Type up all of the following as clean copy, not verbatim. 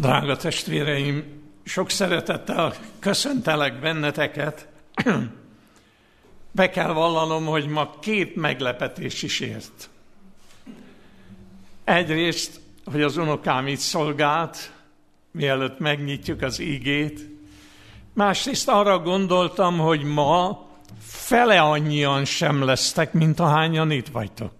Drága testvéreim, sok szeretettel köszöntelek benneteket. Be kell vallanom, hogy ma 2 meglepetés is ért. Egyrészt, hogy az unokám itt szolgált, mielőtt megnyitjuk az igét. Másrészt arra gondoltam, hogy ma fele annyian sem lesztek, mint ahányan itt vagytok.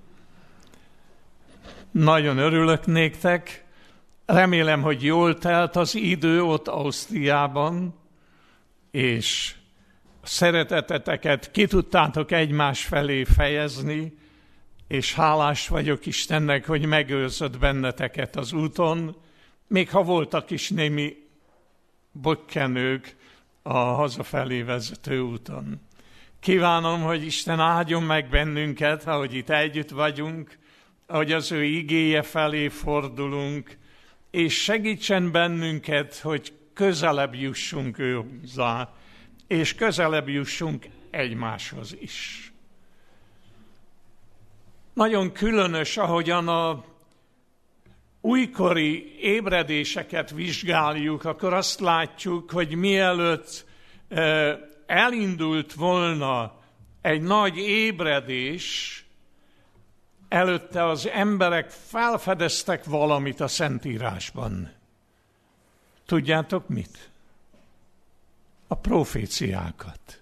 Nagyon örülök néktek. Remélem, hogy jól telt az idő ott Ausztriában, és a szereteteteket ki tudtátok egymás felé fejezni, és hálás vagyok Istennek, hogy megőrzött benneteket az úton, még ha voltak is némi bökkenők a hazafelé vezető úton. Kívánom, hogy Isten áldjon meg bennünket, ahogy itt együtt vagyunk, ahogy az ő igéje felé fordulunk, és segítsen bennünket, hogy közelebb jussunk ő hozzá, és közelebb jussunk egymáshoz is. Nagyon különös, ahogyan a újkori ébredéseket vizsgáljuk, akkor azt látjuk, hogy mielőtt elindult volna egy nagy ébredés, előtte az emberek felfedeztek valamit a Szentírásban. Tudjátok mit? A proféciákat.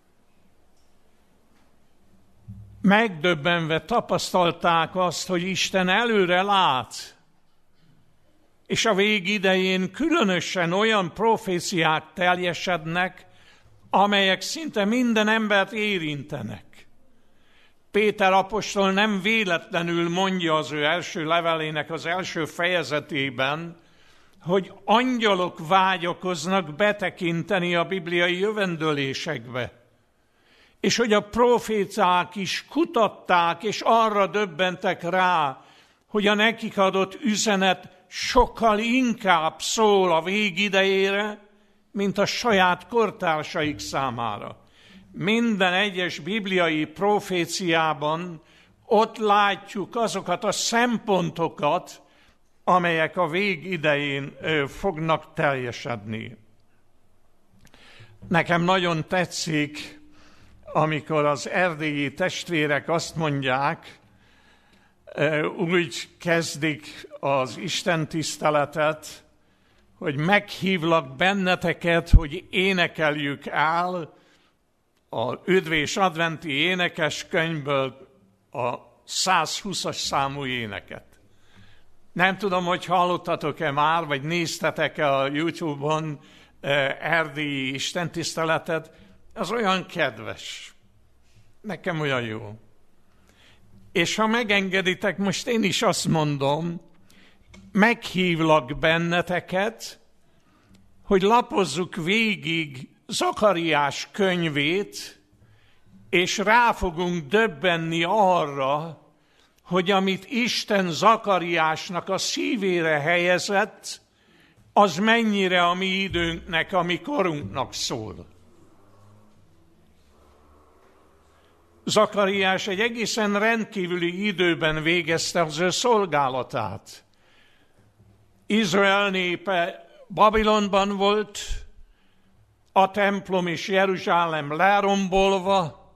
Megdöbbenve tapasztalták azt, hogy Isten előre lát, és a vég idején különösen olyan proféciák teljesednek, amelyek szinte minden embert érintenek. Péter apostol nem véletlenül mondja az ő első levelének az első fejezetében, hogy angyalok vágyakoznak betekinteni a bibliai jövendőlésekbe. És hogy a proféták is kutatták, és arra döbbentek rá, hogy a nekik adott üzenet sokkal inkább szól a végidejére, mint a saját kortársaik számára. Minden egyes bibliai proféciában ott látjuk azokat a szempontokat, amelyek a vég idején fognak teljesedni. Nekem nagyon tetszik, amikor az erdélyi testvérek azt mondják, úgy kezdik az istentiszteletet, hogy meghívlak benneteket, hogy énekeljük el a Üdv és Adventi énekeskönyvből a 120-as számú éneket. Nem tudom, hogy hallottatok-e már, vagy néztetek-e a YouTube-on erdélyi istentiszteletet, az olyan kedves. Nekem olyan jó. És ha megengeditek, most én is azt mondom, meghívlak benneteket, hogy lapozzuk végig Zakariás könyvét, és rá fogunk döbbenni arra, hogy amit Isten Zakariásnak a szívére helyezett, az mennyire a mi időnknek, a mi korunknak szól. Zakariás egy egészen rendkívüli időben végezte az ő szolgálatát. Izrael népe Babilonban volt, a templom és Jeruzsálem lerombolva,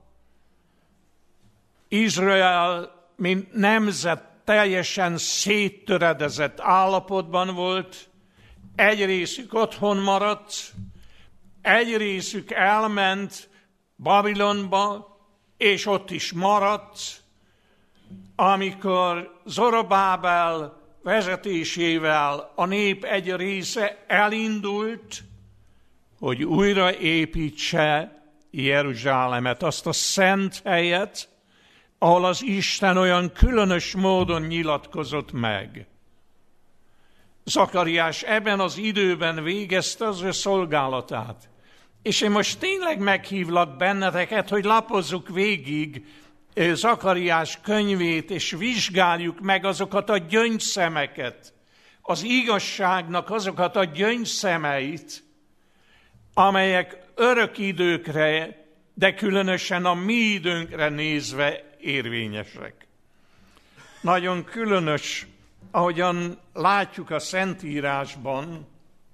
Izrael, mint nemzet teljesen széttöredezett állapotban volt, egy részük otthon maradt, egy részük elment Babilonba, és ott is maradt, amikor Zorobábel vezetésével a nép egy része elindult, hogy újra építse Jeruzsálemet, azt a szent helyet, ahol az Isten olyan különös módon nyilatkozott meg. Zakariás ebben az időben végezte az ő szolgálatát. És én most tényleg meghívlak benneteket, hogy lapozzuk végig Zakariás könyvét, és vizsgáljuk meg azokat a gyöngyszemeket, az igazságnak azokat a gyöngyszemeit, amelyek örök időkre, de különösen a mi időnkre nézve érvényesek. Nagyon különös ahogyan látjuk a Szentírásban,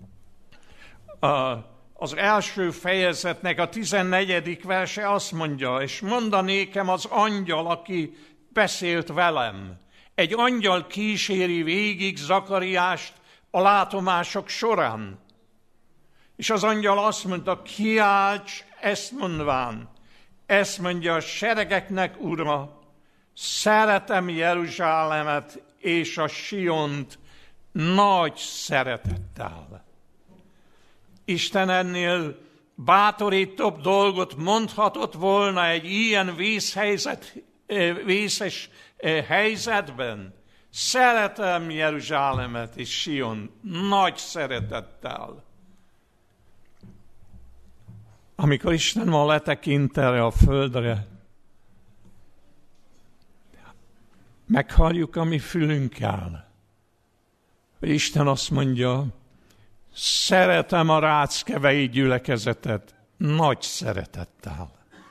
az első fejezetnek a 14. verse azt mondja, és mondanékem az angyal, aki beszélt velem. Egy angyal kíséri végig Zakariást a látomások során. És az angyal azt mondta, kiálts ezt mondván. Ezt mondja a seregeknek Ura, szeretem Jeruzsálemet és a Siont nagy szeretettel. Isten ennél bátorítóbb dolgot mondhatott volna egy ilyen vészes helyzetben. Szeretem Jeruzsálemet és Sion nagy szeretettel. Amikor Isten ma letekint erre a földre, meghalljuk a mi fülünkkel, hogy Isten azt mondja, szeretem a ráckevei gyülekezetet nagy szeretettel.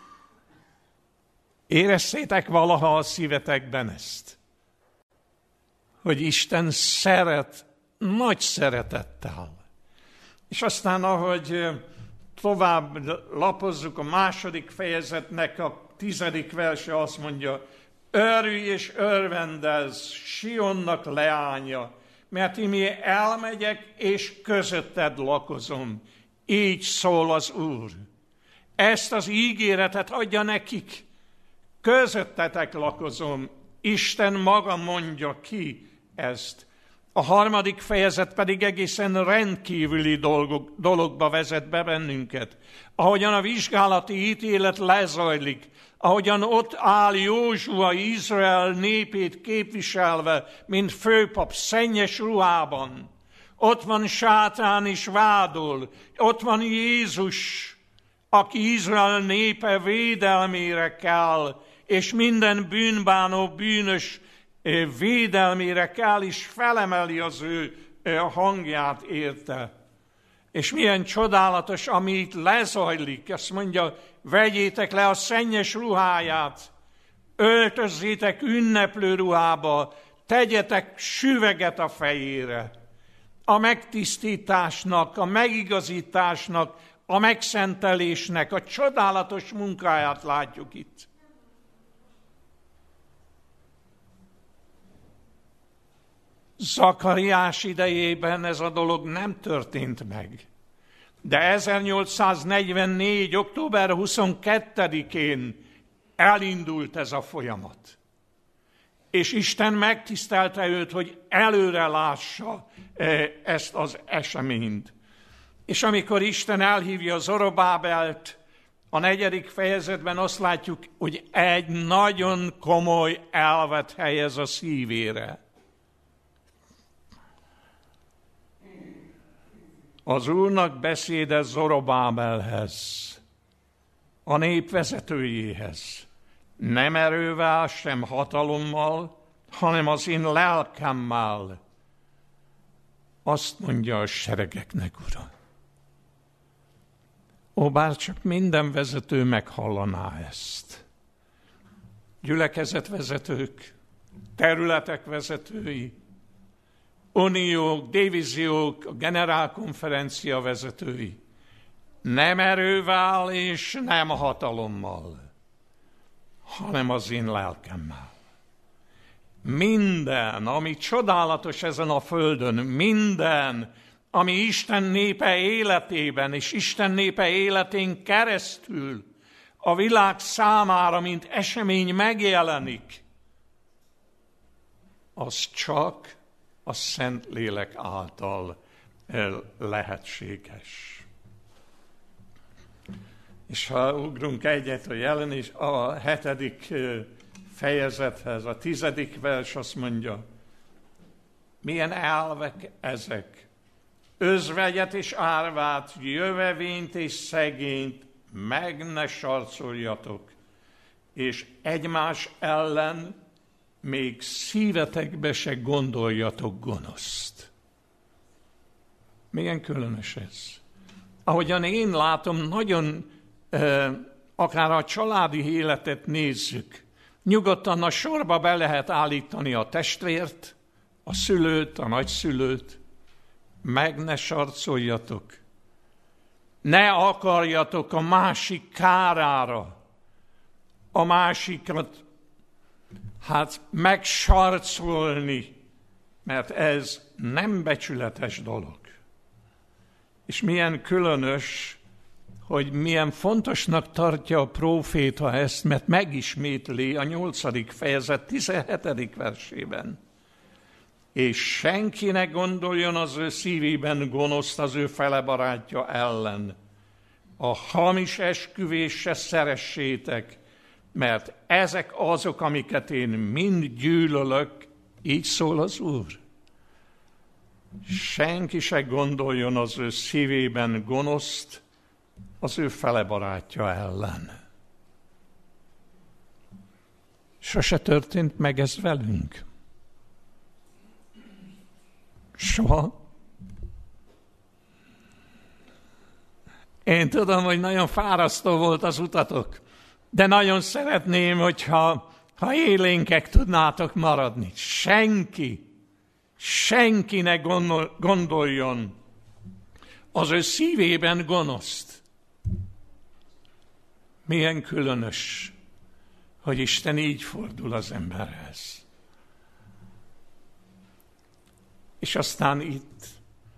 Éreztétek valaha a szívetekben ezt? Hogy Isten szeret nagy szeretettel. És aztán, ahogy tovább lapozzuk, a második fejezetnek a 10. verse azt mondja, örülj és örvendezz, Sionnak leánya, mert én elmegyek, és közötted lakozom. Így szól az Úr. Ezt az ígéretet adja nekik. Közöttetek lakozom. Isten maga mondja ki ezt. A harmadik fejezet pedig egészen rendkívüli dologba vezet be bennünket. Ahogyan a vizsgálati ítélet lezajlik, ahogyan ott áll Józsua Izrael népét képviselve, mint főpap szennyes ruhában. Ott van Sátán is vádol, ott van Jézus, aki Izrael népe védelmére kell, és minden bűnbánó bűnös védelmére kell, és felemeli az ő hangját érte. És milyen csodálatos, ami itt lezajlik, azt mondja, vegyétek le a szennyes ruháját, öltözzétek ünneplő ruhába, tegyetek süveget a fejére. A megtisztításnak, a megigazításnak, a megszentelésnek a csodálatos munkáját látjuk itt. Zakariás idejében ez a dolog nem történt meg. De 1844. október 22-én elindult ez a folyamat. És Isten megtisztelte őt, hogy előre lássa ezt az eseményt. És amikor Isten elhívja Zorobábelt, a 4. fejezetben azt látjuk, hogy egy nagyon komoly elvet helyez a szívére. Az Úrnak beszéde Zorobábelhez, a nép vezetőjéhez, nem erővel, sem hatalommal, hanem az én lelkemmel. Azt mondja a seregeknek Ura. Ó, bár csak minden vezető meghallaná ezt. Gyülekezetvezetők, területek vezetői, uniók, divíziók, a generálkonferencia vezetői. Nem erővel és nem hatalommal, hanem az én lelkemmel. Minden, ami csodálatos ezen a földön, minden, ami Isten népe életében és Isten népe életén keresztül a világ számára, mint esemény megjelenik, az csak a Szentlélek által lehetséges. És ha ugrunk egyet a jelenés, a 7. fejezethez, a 10. vers azt mondja, milyen elvek ezek? Özvegyet és árvát, jövevényt és szegényt meg ne sarcoljatok, és egymás ellen még szívetekbe se gondoljatok gonoszt. Milyen különös ez. Ahogyan én látom, nagyon akár a családi életet nézzük, nyugodtan a sorba be lehet állítani a testvért, a szülőt, a nagyszülőt, meg ne sarcoljatok. Ne akarjatok a másik kárára a másikat megsarcolni, mert ez nem becsületes dolog. És milyen különös, hogy milyen fontosnak tartja a próféta ezt, mert megismétli a 8. fejezet 17. versében. És senki ne gondoljon az ő szívében gonoszt az ő fele barátja ellen. A hamis esküvést se szeressétek, mert ezek azok, amiket én mind gyűlölök, így szól az Úr. Senki se gondoljon az ő szívében gonoszt az ő fele barátja ellen. Sose történt meg ez velünk. Soha. Én tudom, hogy nagyon fárasztó volt az utatok, de nagyon szeretném, hogyha élénkek tudnátok maradni. Senki ne gondoljon az ő szívében gonoszt. Milyen különös, hogy Isten így fordul az emberhez. És aztán itt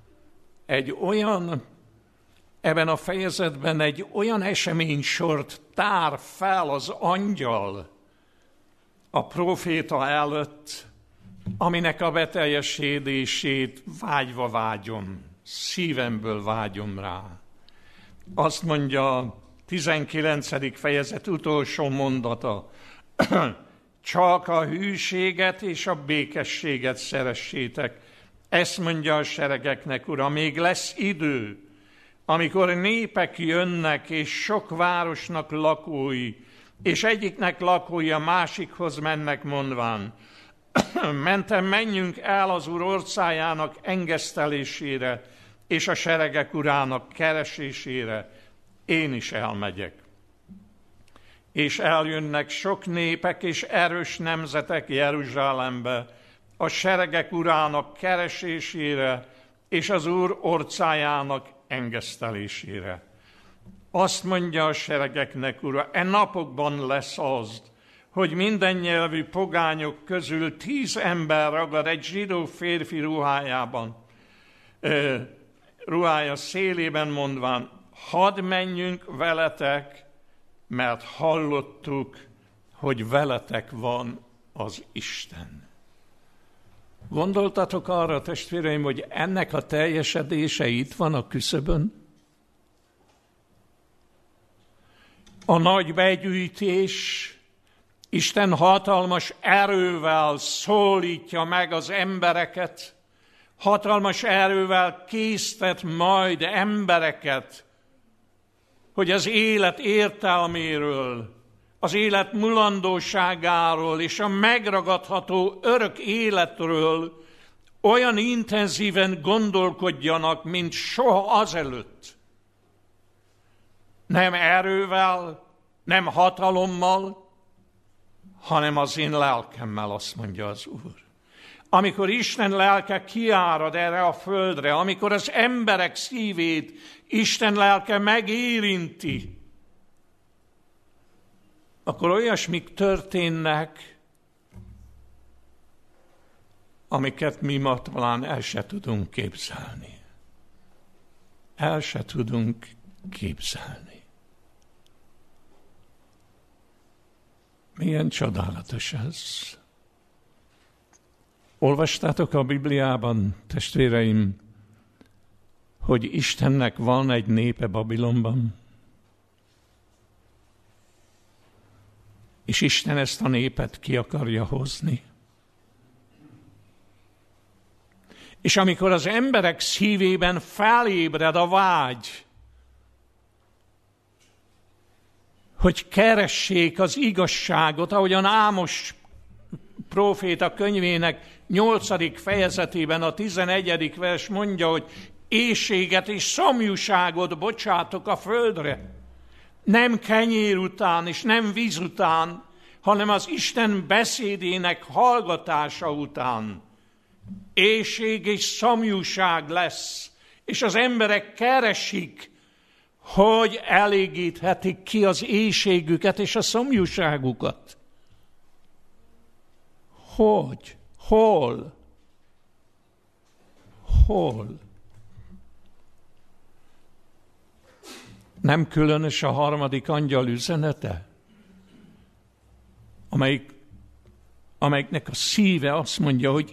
ebben a fejezetben egy olyan eseménysort tár fel az angyal a próféta előtt, aminek a beteljesedését vágyva vágyom, szívemből vágyom rá. Azt mondja a 19. fejezet utolsó mondata, csak a hűséget és a békességet szeressétek. Ezt mondja a seregeknek, Ura, még lesz idő, amikor népek jönnek, és sok városnak lakói, és egyiknek lakói a másikhoz mennek mondván, menjünk el az Úr orcájának engesztelésére, és a seregek Urának keresésére, én is elmegyek. És eljönnek sok népek és erős nemzetek Jeruzsálembe, a seregek Urának keresésére, és az Úr orcájának engesztelésére. Azt mondja a seregeknek Ura, napokban lesz az, hogy minden nyelvű pogányok közül 10 ember ragad egy zsidó férfi ruhája szélében mondván, hadd menjünk veletek, mert hallottuk, hogy veletek van az Isten. Gondoltatok arra, testvéreim, hogy ennek a teljesedése itt van a küszöbön? A nagy begyűjtés Isten hatalmas erővel szólítja meg az embereket, hatalmas erővel késztet majd embereket, hogy az élet értelméről, az élet mulandóságáról és a megragadható örök életről olyan intenzíven gondolkodjanak, mint soha azelőtt. Nem erővel, nem hatalommal, hanem az én lelkemmel, azt mondja az Úr. Amikor Isten lelke kiárad erre a földre, amikor az emberek szívét Isten lelke megérinti, akkor olyasmik történnek, amiket mi ma talán el se tudunk képzelni. El se tudunk képzelni. Milyen csodálatos ez. Olvastátok a Bibliában, testvéreim, hogy Istennek van egy népe Babilonban? És Isten ezt a népet ki akarja hozni. És amikor az emberek szívében felébred a vágy, hogy keressék az igazságot, ahogyan Ámos próféta könyvének 8. fejezetében a 11. vers mondja, hogy éhséget és szomjúságot bocsátok a földre. Nem kenyér után és nem víz után, hanem az Isten beszédének hallgatása után. Éhség és szomjúság lesz, és az emberek keresik, hogy elégíthetik ki az éhségüket és a szomjúságukat. Hogy? Hol? Hol? Nem különös a harmadik angyal üzenete, amelyiknek a szíve azt mondja, hogy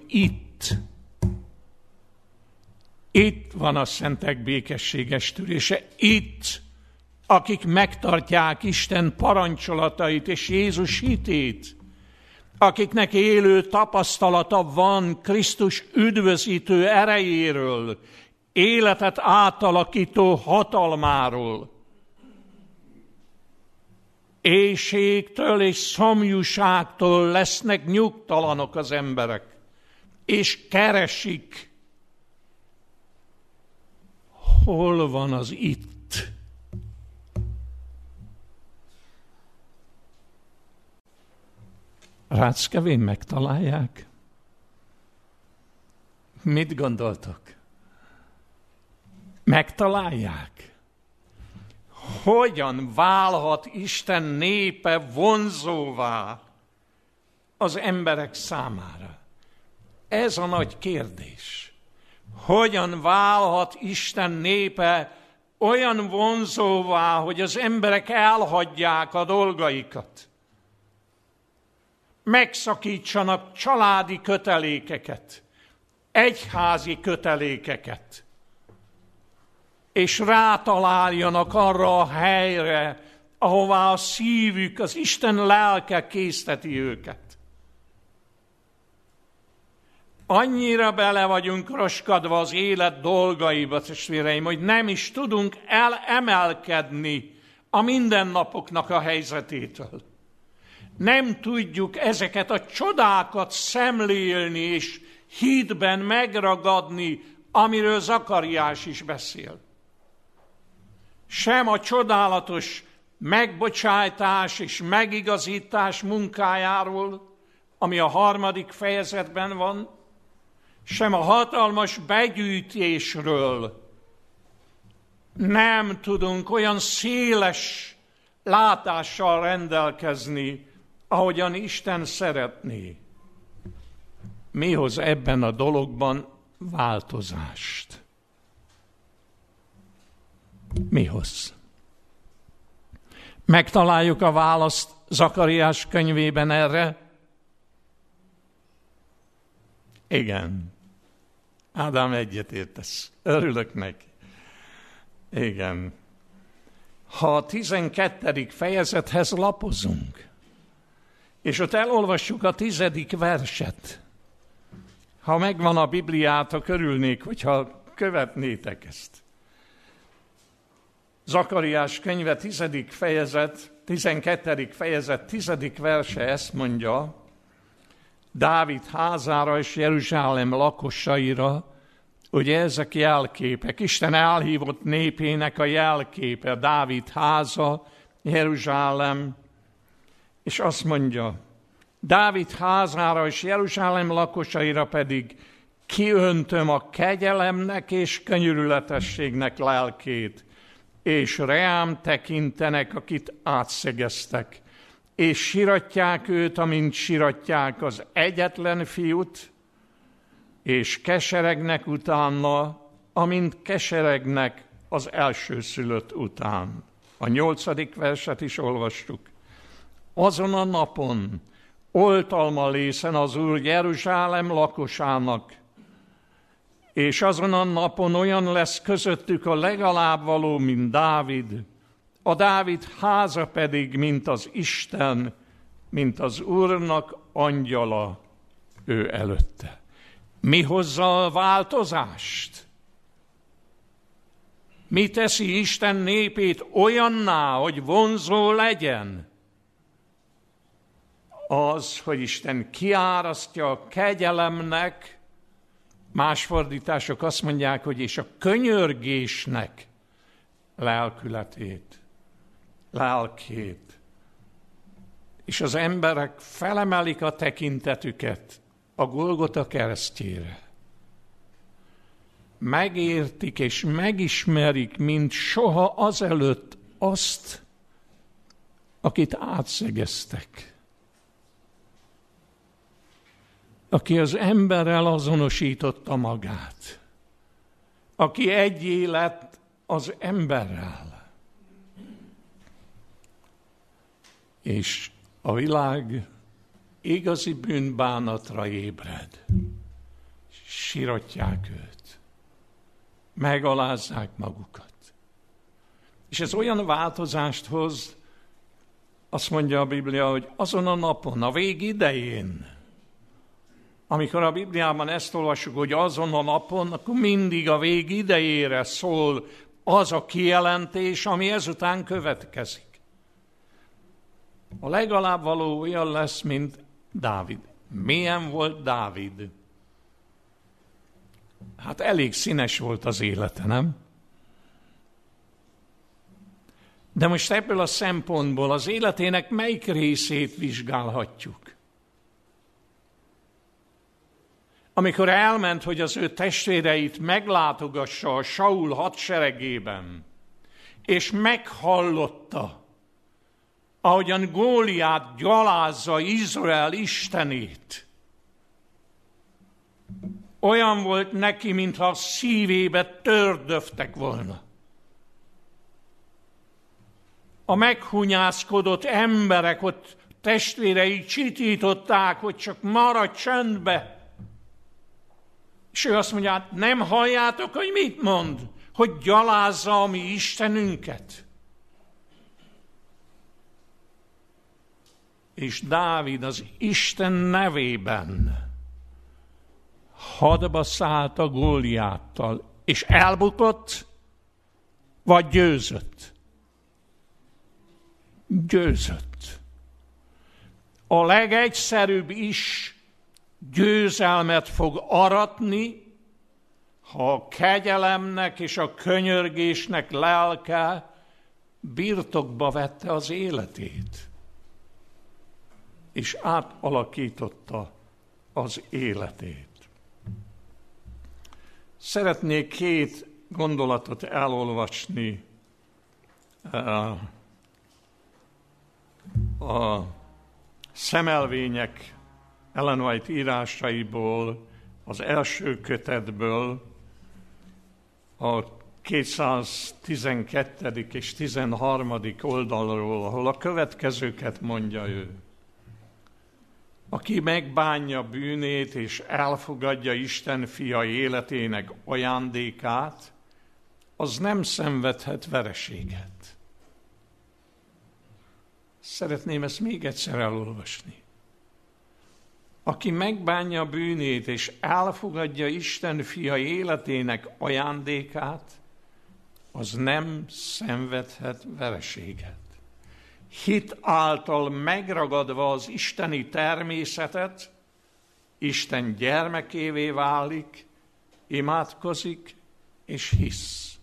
itt van a szentek békességes törése, itt, akik megtartják Isten parancsolatait és Jézus hitét, akiknek élő tapasztalata van Krisztus üdvözítő erejéről, életet átalakító hatalmáról. Éhségtől és szomjúságtól lesznek nyugtalanok az emberek, és keresik, hol van az itt. Ráckevén megtalálják? Mit gondoltok? Megtalálják? Hogyan válhat Isten népe vonzóvá az emberek számára? Ez a nagy kérdés. Hogyan válhat Isten népe olyan vonzóvá, hogy az emberek elhagyják a dolgaikat? Megszakítsanak családi kötelékeket, egyházi kötelékeket, és rátaláljanak arra a helyre, ahová a szívük, az Isten lelke készteti őket. Annyira bele vagyunk roskadva az élet dolgaiba, testvéreim, hogy nem is tudunk elemelkedni a mindennapoknak a helyzetétől. Nem tudjuk ezeket a csodákat szemlélni és hitben megragadni, amiről Zakariás is beszél. Sem a csodálatos megbocsájtás és megigazítás munkájáról, ami a 3. fejezetben van, sem a hatalmas begyűjtésről nem tudunk olyan széles látással rendelkezni, ahogyan Isten szeretné. Mi hoz ebben a dologban változást? Mi hoz? Megtaláljuk a választ Zakariás könyvében erre? Igen. Ádám, egyetértesz. Örülök neki. Igen. Ha a 12. fejezethez lapozunk, és ott elolvassuk a 10. verset, ha megvan a Bibliátok, örülnék, hogyha követnétek ezt. Zakariás könyve 10. fejezet, 12. fejezet 10. verse ezt mondja: Dávid házára és Jeruzsálem lakosaira, ugye ezek jelképek, Isten elhívott népének a jelképe, Dávid háza, Jeruzsálem, és azt mondja, Dávid házára és Jeruzsálem lakosaira pedig kiöntöm a kegyelemnek és könyörületességnek lelkét, és reám tekintenek, akit átszegeztek, és siratják őt, amint siratják az egyetlen fiút, és keseregnek utána, amint keseregnek az elsőszülött után. A 8. verset is olvastuk. Azon a napon oltalma lészen az Úr Jeruzsálem lakosának, és azon a napon olyan lesz közöttük a legalább való, mint Dávid, a Dávid háza pedig, mint az Isten, mint az Úrnak angyala ő előtte. Mi hozza a változást? Mi teszi Isten népét olyanná, hogy vonzó legyen? Az, hogy Isten kiárasztja a kegyelemnek, más fordítások azt mondják, hogy és a könyörgésnek lelkületét, lelkét. És az emberek felemelik a tekintetüket a Golgota keresztjére. megértik és megismerik, mint soha azelőtt azt, akit átszegeztek. Aki az emberrel azonosította magát. Aki egyé lett az emberrel. És a világ igazi bűnbánatra ébred. Siratják őt. Megalázzák magukat. És ez olyan változást hoz, azt mondja a Biblia, hogy azon a napon, a vég idején, amikor a Bibliában ezt olvassuk, hogy azon a napon, akkor mindig a vég idejére szól az a kijelentés, ami ezután következik. A legalább való olyan lesz, mint Dávid. Milyen volt Dávid? Hát elég színes volt az élete, nem? De most ebből a szempontból az életének melyik részét vizsgálhatjuk? Amikor elment, hogy az ő testvéreit meglátogassa a Saul hadseregében, és meghallotta, ahogyan Góliát gyalázza Izrael istenét. Olyan volt neki, mintha a szívébe tördöftek volna. A meghunyászkodott emberek ott testvérei csitították, hogy csak maradj csöndbe. És ő azt mondja, hát nem halljátok, hogy mit mond? Hogy gyalázza a mi Istenünket. És Dávid az Isten nevében hadba szállt a Góliáttal, és elbukott, vagy győzött? Győzött. A legegyszerűbb is győzelmet fog aratni, ha a kegyelemnek és a könyörgésnek lelke birtokba vette az életét, és átalakította az életét. Szeretnék két gondolatot elolvasni a Szemelvények Ellen White írásaiból, az első kötetből, a 212. és 13. oldalról, ahol a következőket mondja ő. Aki megbánja bűnét és elfogadja Isten fia életének ajándékát, az nem szenvedhet vereséget. Szeretném ezt még egyszer elolvasni. Aki megbánja bűnét és elfogadja Isten fia életének ajándékát, az nem szenvedhet vereséget. Hit által megragadva az isteni természetet, Isten gyermekévé válik, imádkozik és hisz.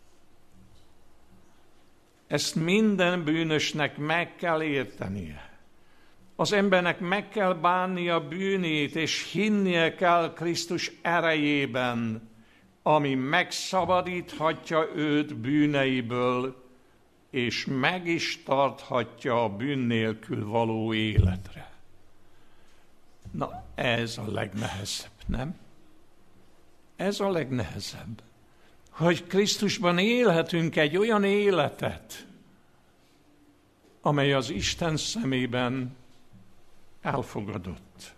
Ezt minden bűnösnek meg kell értenie. Az embernek meg kell bánnia bűnét, és hinnie kell Krisztus erejében, ami megszabadíthatja őt bűneiből, és meg is tarthatja a bűn nélkül való életre. Na, ez a legnehezebb, nem? Ez a legnehezebb. Hogy Krisztusban élhetünk egy olyan életet, amely az Isten szemében elfogadott.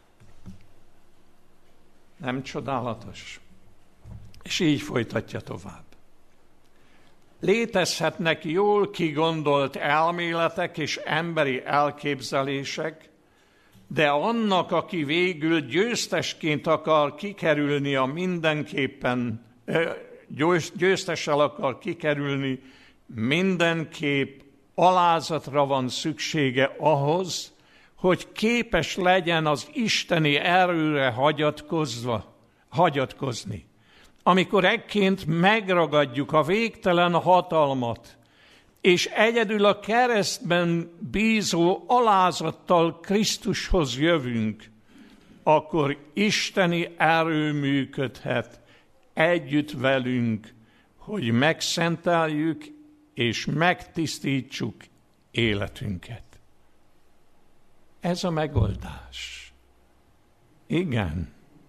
Nem csodálatos? És így folytatja tovább. Létezhetnek jól kigondolt elméletek és emberi elképzelések, de annak, aki végül győztesként akar kikerülni a mindenképpen, győztessel akar kikerülni, mindenképp alázatra van szüksége ahhoz, hogy képes legyen az isteni erőre hagyatkozni. Amikor ekként megragadjuk a végtelen hatalmat, és egyedül a keresztben bízó alázattal Krisztushoz jövünk, akkor isteni erő működhet együtt velünk, hogy megszenteljük és megtisztítsuk életünket. Ez a megoldás. Igen.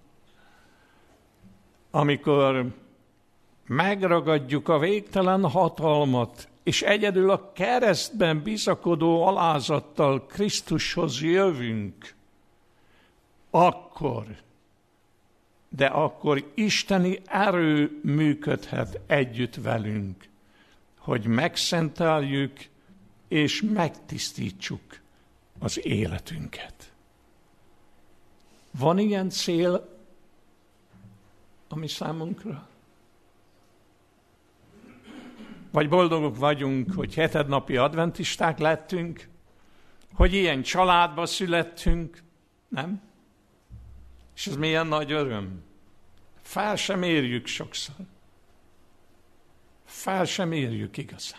Amikor megragadjuk a végtelen hatalmat, és egyedül a keresztben bizakodó alázattal Krisztushoz jövünk, akkor isteni erő működhet együtt velünk, hogy megszenteljük és megtisztítsuk az életünket. Van ilyen cél a mi számunkra? Vagy boldogok vagyunk, hogy hetednapi adventisták lettünk, hogy ilyen családba születtünk, nem? És ez milyen nagy öröm. Fel sem érjük sokszor. Fel sem érjük igazán.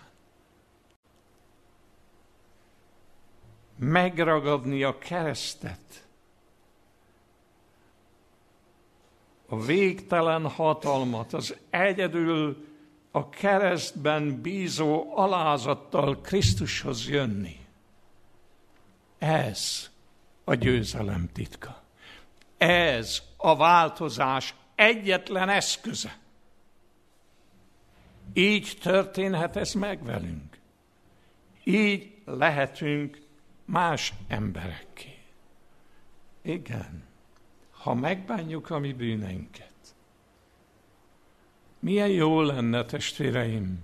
Megragadni a keresztet, a végtelen hatalmat, az egyedül a keresztben bízó alázattal Krisztushoz jönni. Ez a győzelem titka. Ez a változás egyetlen eszköze. Így történhet ez meg velünk. Így lehetünk más emberekké. Igen, ha megbánjuk a mi bűneinket. Milyen jó lenne, testvéreim,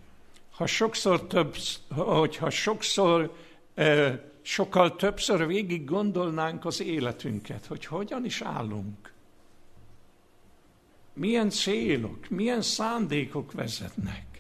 sokkal többször végig gondolnánk az életünket, hogy hogyan is állunk. Milyen célok, milyen szándékok vezetnek.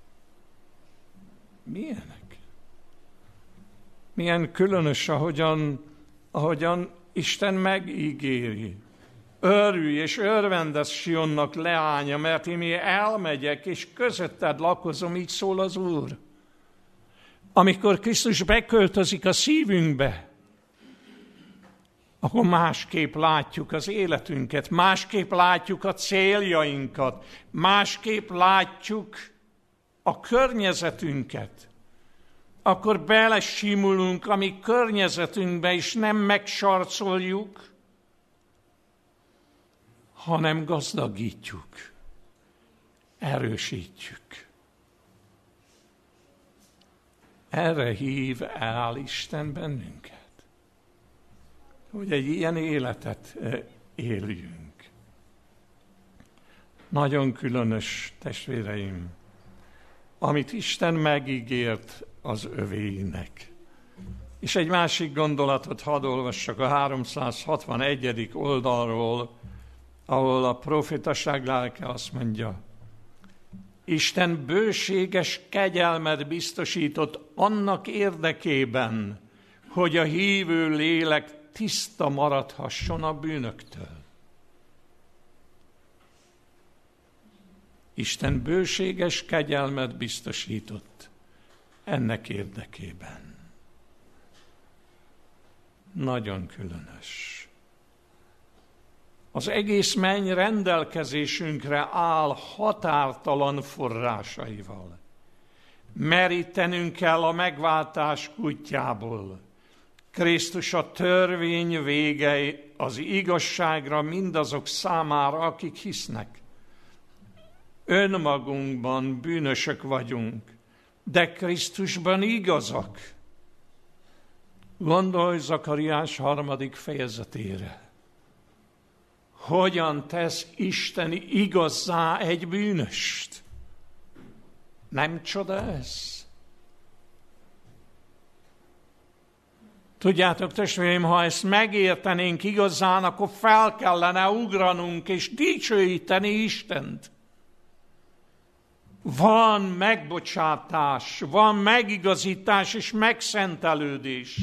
Milyenek? Milyen különös, ahogyan Isten megígéri. Örülj és örvendez Sionnak leánya, mert én elmegyek, és közötted lakozom, így szól az Úr. Amikor Krisztus beköltözik a szívünkbe, akkor másképp látjuk az életünket, másképp látjuk a céljainkat, másképp látjuk a környezetünket. Akkor belesimulunk a mi környezetünkbe, és nem megsarcoljuk, hanem gazdagítjuk, erősítjük. Erre hív el Isten bennünket, hogy egy ilyen életet éljünk. Nagyon különös, testvéreim, amit Isten megígért az övéinek. És egy másik gondolatot hadd olvassak a 361. oldalról, ahol a profétaság lelke azt mondja, Isten bőséges kegyelmet biztosított annak érdekében, hogy a hívő lélek tiszta maradhasson a bűnöktől. Isten bőséges kegyelmet biztosított ennek érdekében. Nagyon különös. Az egész menny rendelkezésünkre áll határtalan forrásaival. Merítenünk kell a megváltás kutyából. Krisztus a törvény vége az igazságra mindazok számára, akik hisznek. Önmagunkban bűnösök vagyunk, de Krisztusban igazak. Gondolj Zakariás 3. fejezetére. Hogyan tesz Isten igazzá egy bűnöst? Nem csoda ez? Tudjátok, testvéreim, ha ezt megértenénk igazán, akkor fel kellene ugranunk és dicsőíteni Istent. Van megbocsátás, van megigazítás és megszentelődés.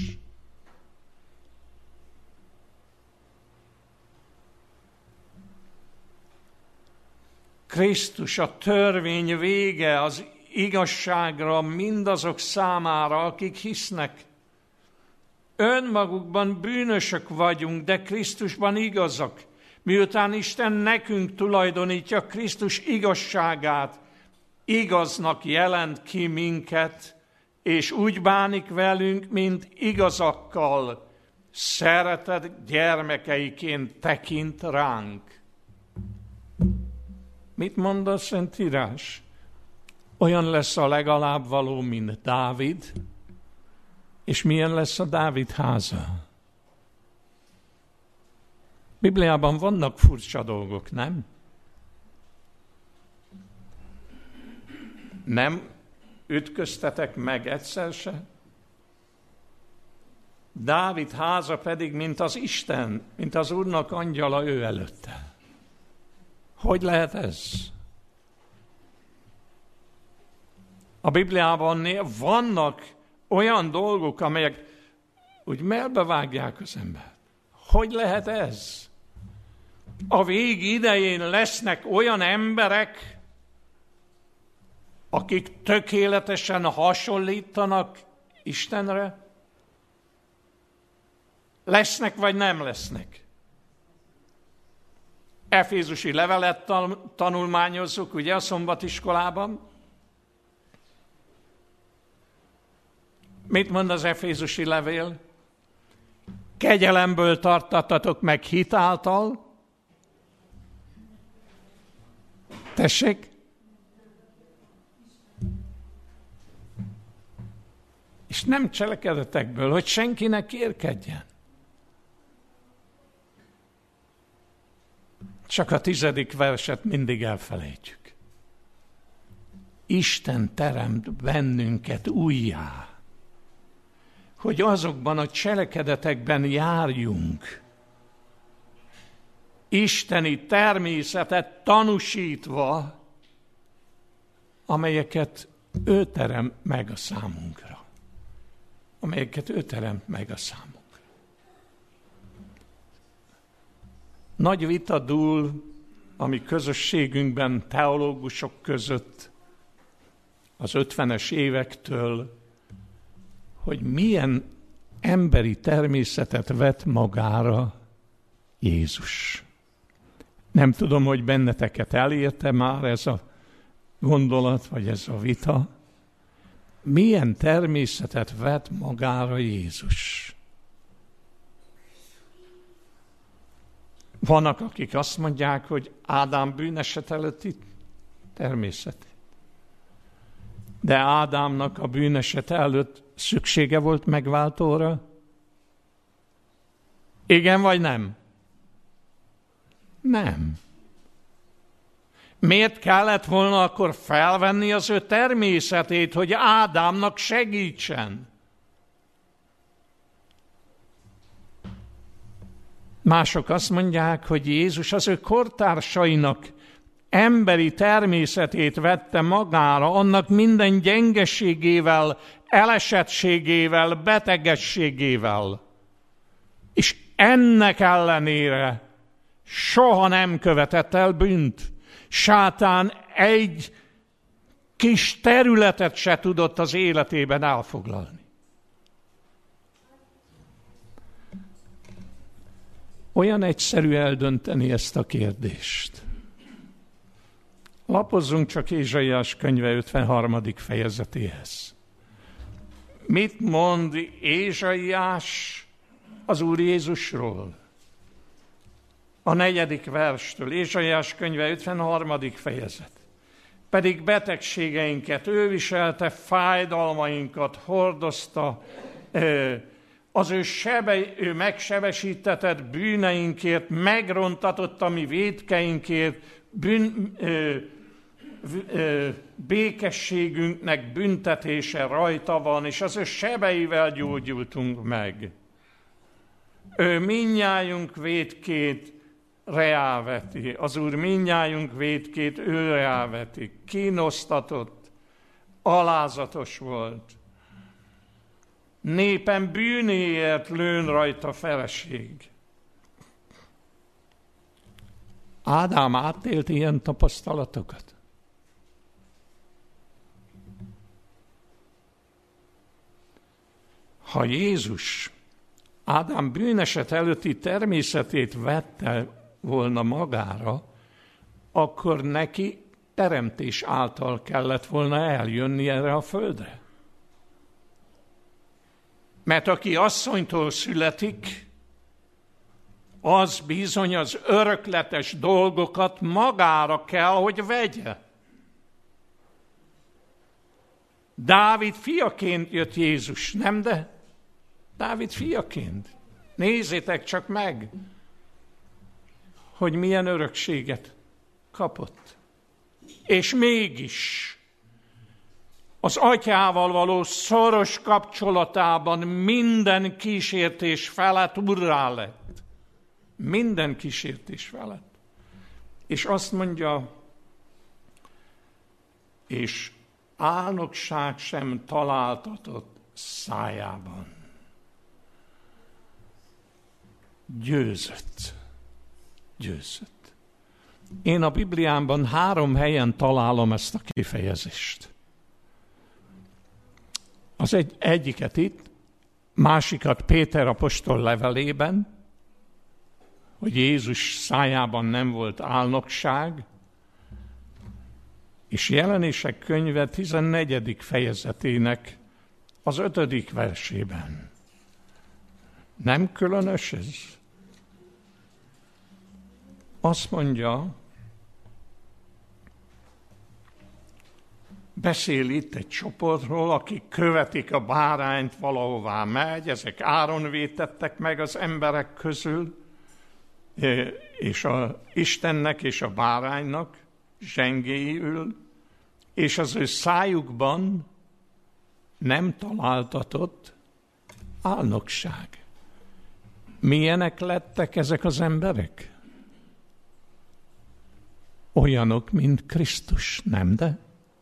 Krisztus a törvény vége az igazságra mindazok számára, akik hisznek. Önmagukban bűnösök vagyunk, de Krisztusban igazak. miután Isten nekünk tulajdonítja Krisztus igazságát, igaznak jelent ki minket, és úgy bánik velünk, mint igazakkal, szeretett gyermekeiként tekint ránk. Mit mond a Szentírás? Olyan lesz a legalább való, mint Dávid, és milyen lesz a Dávid háza? Bibliában vannak furcsa dolgok, nem? Nem ütköztetek meg egyszer se? Dávid háza pedig, mint az Isten, mint az Úrnak angyala ő előtte. Hogy lehet ez? A Bibliában vannak olyan dolgok, amelyek úgy melbevágják az embert. Hogy lehet ez? A vég idején lesznek olyan emberek, akik tökéletesen hasonlítanak Istenre? Lesznek vagy nem lesznek? Efézusi levelet tanulmányozzuk, ugye a szombatiskolában. Mit mond az efézusi levél? Kegyelemből tartattatok meg hit által. Tessék? És nem cselekedetekből, hogy senkinek kérkedjen. Csak a 10. verset mindig elfelejtjük. Isten teremt bennünket újjá, hogy azokban a cselekedetekben járjunk, isteni természetet tanúsítva, amelyeket ő teremt meg a számunkra. Nagy vita dúl a mi közösségünkben teológusok között az 50-es évektől, hogy milyen emberi természetet vett magára Jézus. Nem tudom, hogy benneteket elérte már ez a gondolat, vagy ez a vita. Milyen természetet vett magára Jézus? Vannak, akik azt mondják, hogy Ádám bűneset előtti természet. De Ádámnak a bűneset előtt szüksége volt megváltóra? Igen vagy nem? Nem. Miért kellett volna akkor felvenni az ő természetét, hogy Ádámnak segítsen? Mások azt mondják, hogy Jézus az ő kortársainak emberi természetét vette magára, annak minden gyengeségével, elesettségével, betegességével. És ennek ellenére soha nem követett el bűnt. Sátán egy kis területet se tudott az életében elfoglalni. Olyan egyszerű eldönteni ezt a kérdést. Lapozzunk csak Ézsaiás könyve 53. fejezetéhez. Mit mond Ézsaiás az Úr Jézusról? A 4. verstől, Ézsaiás könyve 53. fejezet. Pedig betegségeinket ő viselte, fájdalmainkat hordozta, ő megsebesítetett bűneinkért, megrontatott a mi vétkeinkért, békességünknek büntetése rajta van, és az ő sebeivel gyógyultunk meg. Ő mindnyájunk vétkét reáveti, az Úr mindnyájunk vétkét ő reáveti, kínosztatott, alázatos volt. Népen bűnéért lőn rajta feleség. Ádám átélt ilyen tapasztalatokat? Ha Jézus Ádám bűneset előtti természetét vette volna magára, akkor neki teremtés által kellett volna eljönni erre a földre. Mert aki asszonytól születik, az bizony az örökletes dolgokat magára kell, hogy vegye. Dávid fiaként jött Jézus, nem de? Dávid fiaként. Nézzétek csak meg, hogy milyen örökséget kapott. És mégis az atyával való szoros kapcsolatában minden kísértés felett urrá lett. Minden kísértés felett. És azt mondja, és álnokság sem találtatott szájában. Győzött. Én a Bibliámban 3 helyen találom ezt a kifejezést. Az egyiket itt, másikat Péter apostol levelében, hogy Jézus szájában nem volt álnokság, és Jelenések könyve 14. fejezetének az 5. versében. Nem különös ez? Azt mondja, beszél itt egy csoportról, akik követik a bárányt, valahová megy, ezek áron vétettek meg az emberek közül, és Istennek és a báránynak zsengéül, és az ő szájukban nem találtatott álnokság. Milyenek lettek ezek az emberek? Olyanok, mint Krisztus, nem de?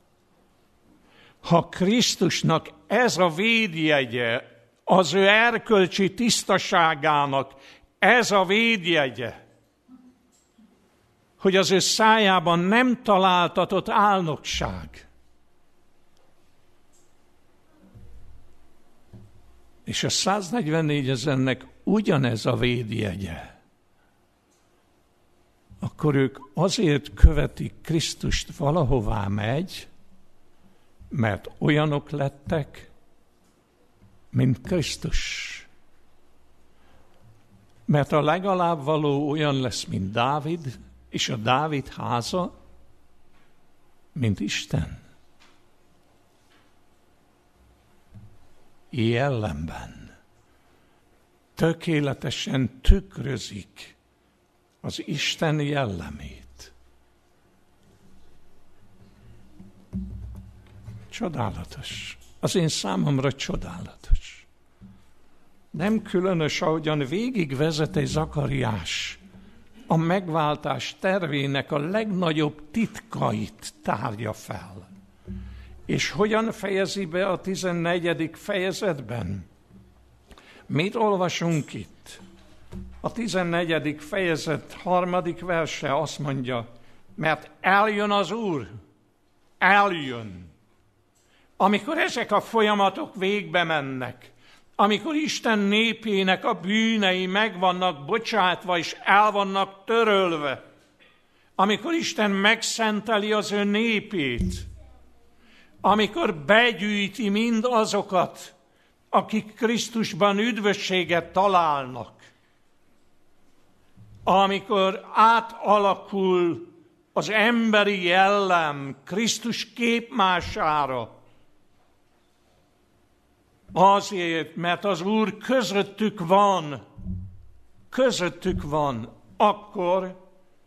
Ha Krisztusnak ez a védjegye, az ő erkölcsi tisztaságának ez a védjegye, hogy az ő szájában nem találtatott álnokság, és a 144 000-nek ugyanez a védjegye, akkor ők azért követik Krisztust, valahová megy, mert olyanok lettek, mint Krisztus. Mert a legalább való olyan lesz, mint Dávid, és a Dávid háza, mint Isten. Jellemben tökéletesen tükrözik az Isten jellemét. Csodálatos. Az én számomra csodálatos. Nem különös, ahogyan végigvezet egy Zakariás a megváltás tervének a legnagyobb titkait tárja fel. És hogyan fejezi be a 14. fejezetben? Mit olvasunk itt? A 14. fejezet 3. verse azt mondja, mert eljön az Úr, eljön. Amikor ezek a folyamatok végbe mennek, amikor Isten népének a bűnei meg vannak bocsátva és el vannak törölve, amikor Isten megszenteli az ő népét, amikor begyűjti mind azokat, akik Krisztusban üdvösséget találnak, amikor átalakul az emberi jellem Krisztus képmására, azért, mert az Úr közöttük van, akkor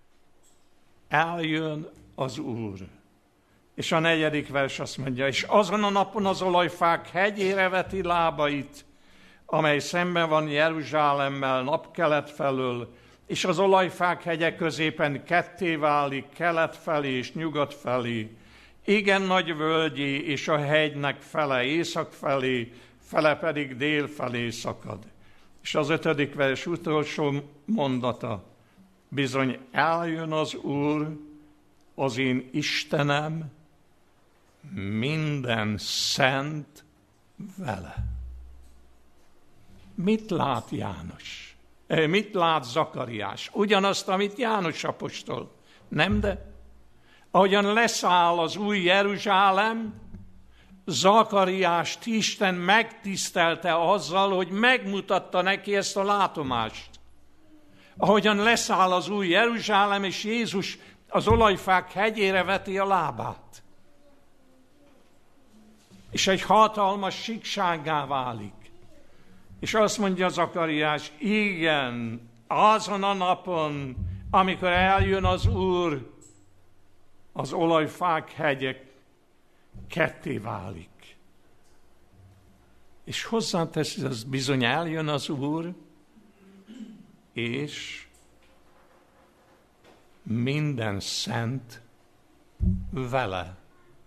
eljön az Úr. És a 4. vers azt mondja, és azon a napon az olajfák hegyére veti lábait, amely szemben van Jeruzsálemmel napkelet felől, és az olajfák hegye középen ketté válik kelet felé és nyugat felé, igen nagy völgyé, és a hegynek fele észak felé, fele pedig dél felé szakad. És az 5. vers utolsó mondata, bizony eljön az Úr, az én Istenem, minden szent vele. Mit lát János? Mit lát Zakariás? Ugyanazt, amit János apostol. Nem, de ahogyan leszáll az új Jeruzsálem, Zakariást Isten megtisztelte azzal, hogy megmutatta neki ezt a látomást. Ahogyan leszáll az új Jeruzsálem, és Jézus az olajfák hegyére veti a lábát. És egy hatalmas síksággá válik. És azt mondja Zakariás, igen, azon a napon, amikor eljön az Úr, az olajfák hegyek ketté válik. És hozzáteszi, az bizony eljön az Úr, és minden szent vele.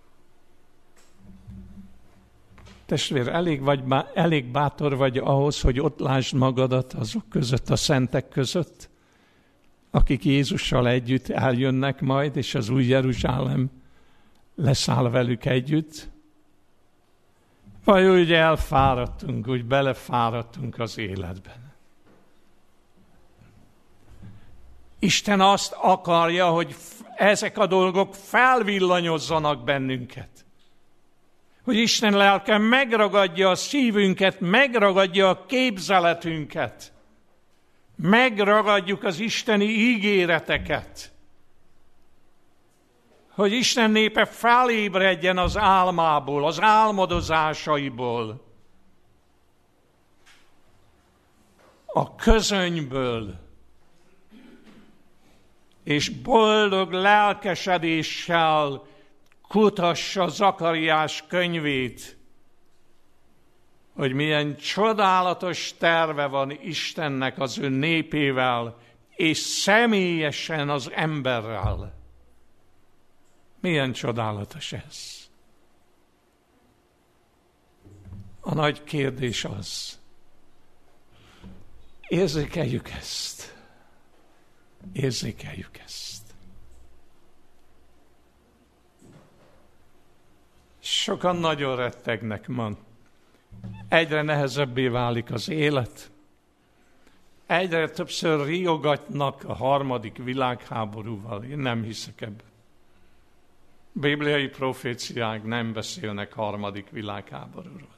Testvér, elég bátor vagy ahhoz, hogy ott lásd magadat azok között, a szentek között, akik Jézussal együtt eljönnek majd, és az új Jeruzsálem leszáll velük együtt? Vagy úgy elfáradtunk, úgy belefáradtunk az életben? Isten azt akarja, hogy ezek a dolgok felvillanyozzanak bennünket. Hogy Isten lelke megragadja a szívünket, megragadja a képzeletünket. Megragadjuk az isteni ígéreteket. Hogy Isten népe felébredjen az álmából, az álmodozásaiból, a közönyből, és boldog lelkesedéssel kutassa Zakariás könyvét, hogy milyen csodálatos terve van Istennek az ő népével, és személyesen az emberrel. Milyen csodálatos ez. A nagy kérdés az, érzékeljük ezt. Érzékeljük ezt. Sokan nagyon rettegnek ma. Egyre nehezebbé válik az élet. Egyre többször riogatnak a harmadik világháborúval. Én nem hiszek ebben. Bibliai proféciák nem beszélnek harmadik világháborúról.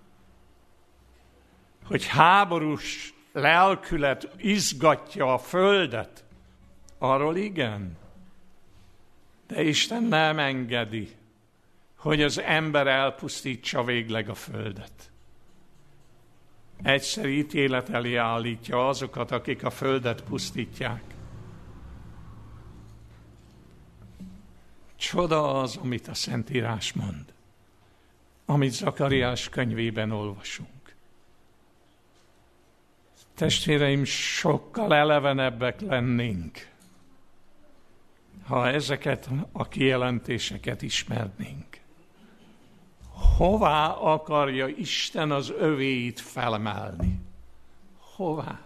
Hogy háborús lelkület izgatja a földet, arról igen. De Isten nem engedi, hogy az ember elpusztítsa végleg a földet. Egyszer ítélet elé állítja azokat, akik a földet pusztítják. Csoda az, amit a Szentírás mond, amit Zakariás könyvében olvasunk. Testvéreim, sokkal elevenebbek lennénk, ha ezeket a kijelentéseket ismernénk. Hová akarja Isten az övéit felemelni? Hová?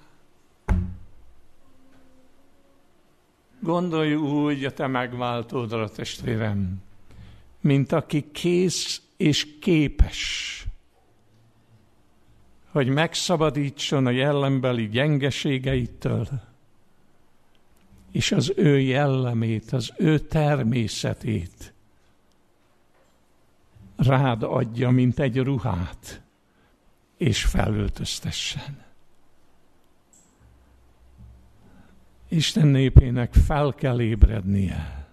Gondolj úgy a te megváltódra, testvérem, mint aki kész és képes, hogy megszabadítson a jellembeli gyengeségeitől, és az ő jellemét, az ő természetét rád adja, mint egy ruhát, és felöltöztessen. Isten népének fel kell ébrednie,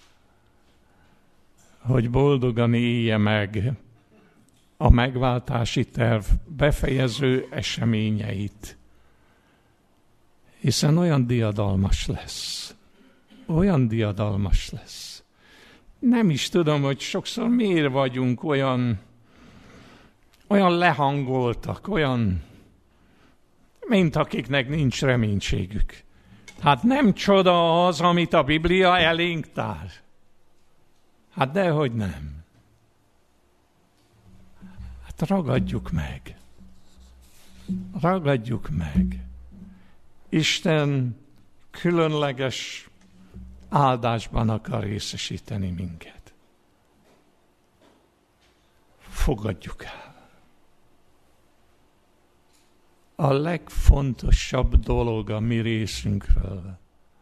hogy boldogan élje meg a megváltási terv befejező eseményeit. Hiszen olyan diadalmas lesz. Olyan diadalmas lesz. Nem is tudom, hogy sokszor miért vagyunk olyan lehangoltak, olyan, mint akiknek nincs reménységük. Hát nem csoda az, amit a Biblia elénk tár. Hát dehogy nem. Hát ragadjuk meg. Ragadjuk meg. Isten különleges áldásban akar részesíteni minket. Fogadjuk el. a legfontosabb dolog a mi részünkről.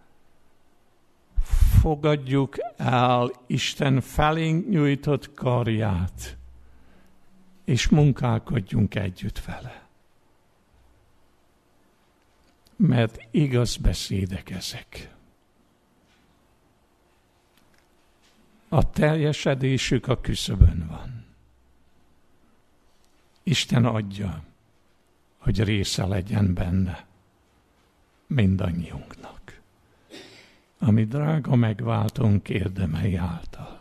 Fogadjuk el Isten felénk nyújtott karját, és munkálkodjunk együtt vele. Mert igaz beszédek ezek. A teljesedésük a küszöbön van. Isten adja, hogy része legyen benne mindannyiunknak, ami drága megváltónk érdemei által.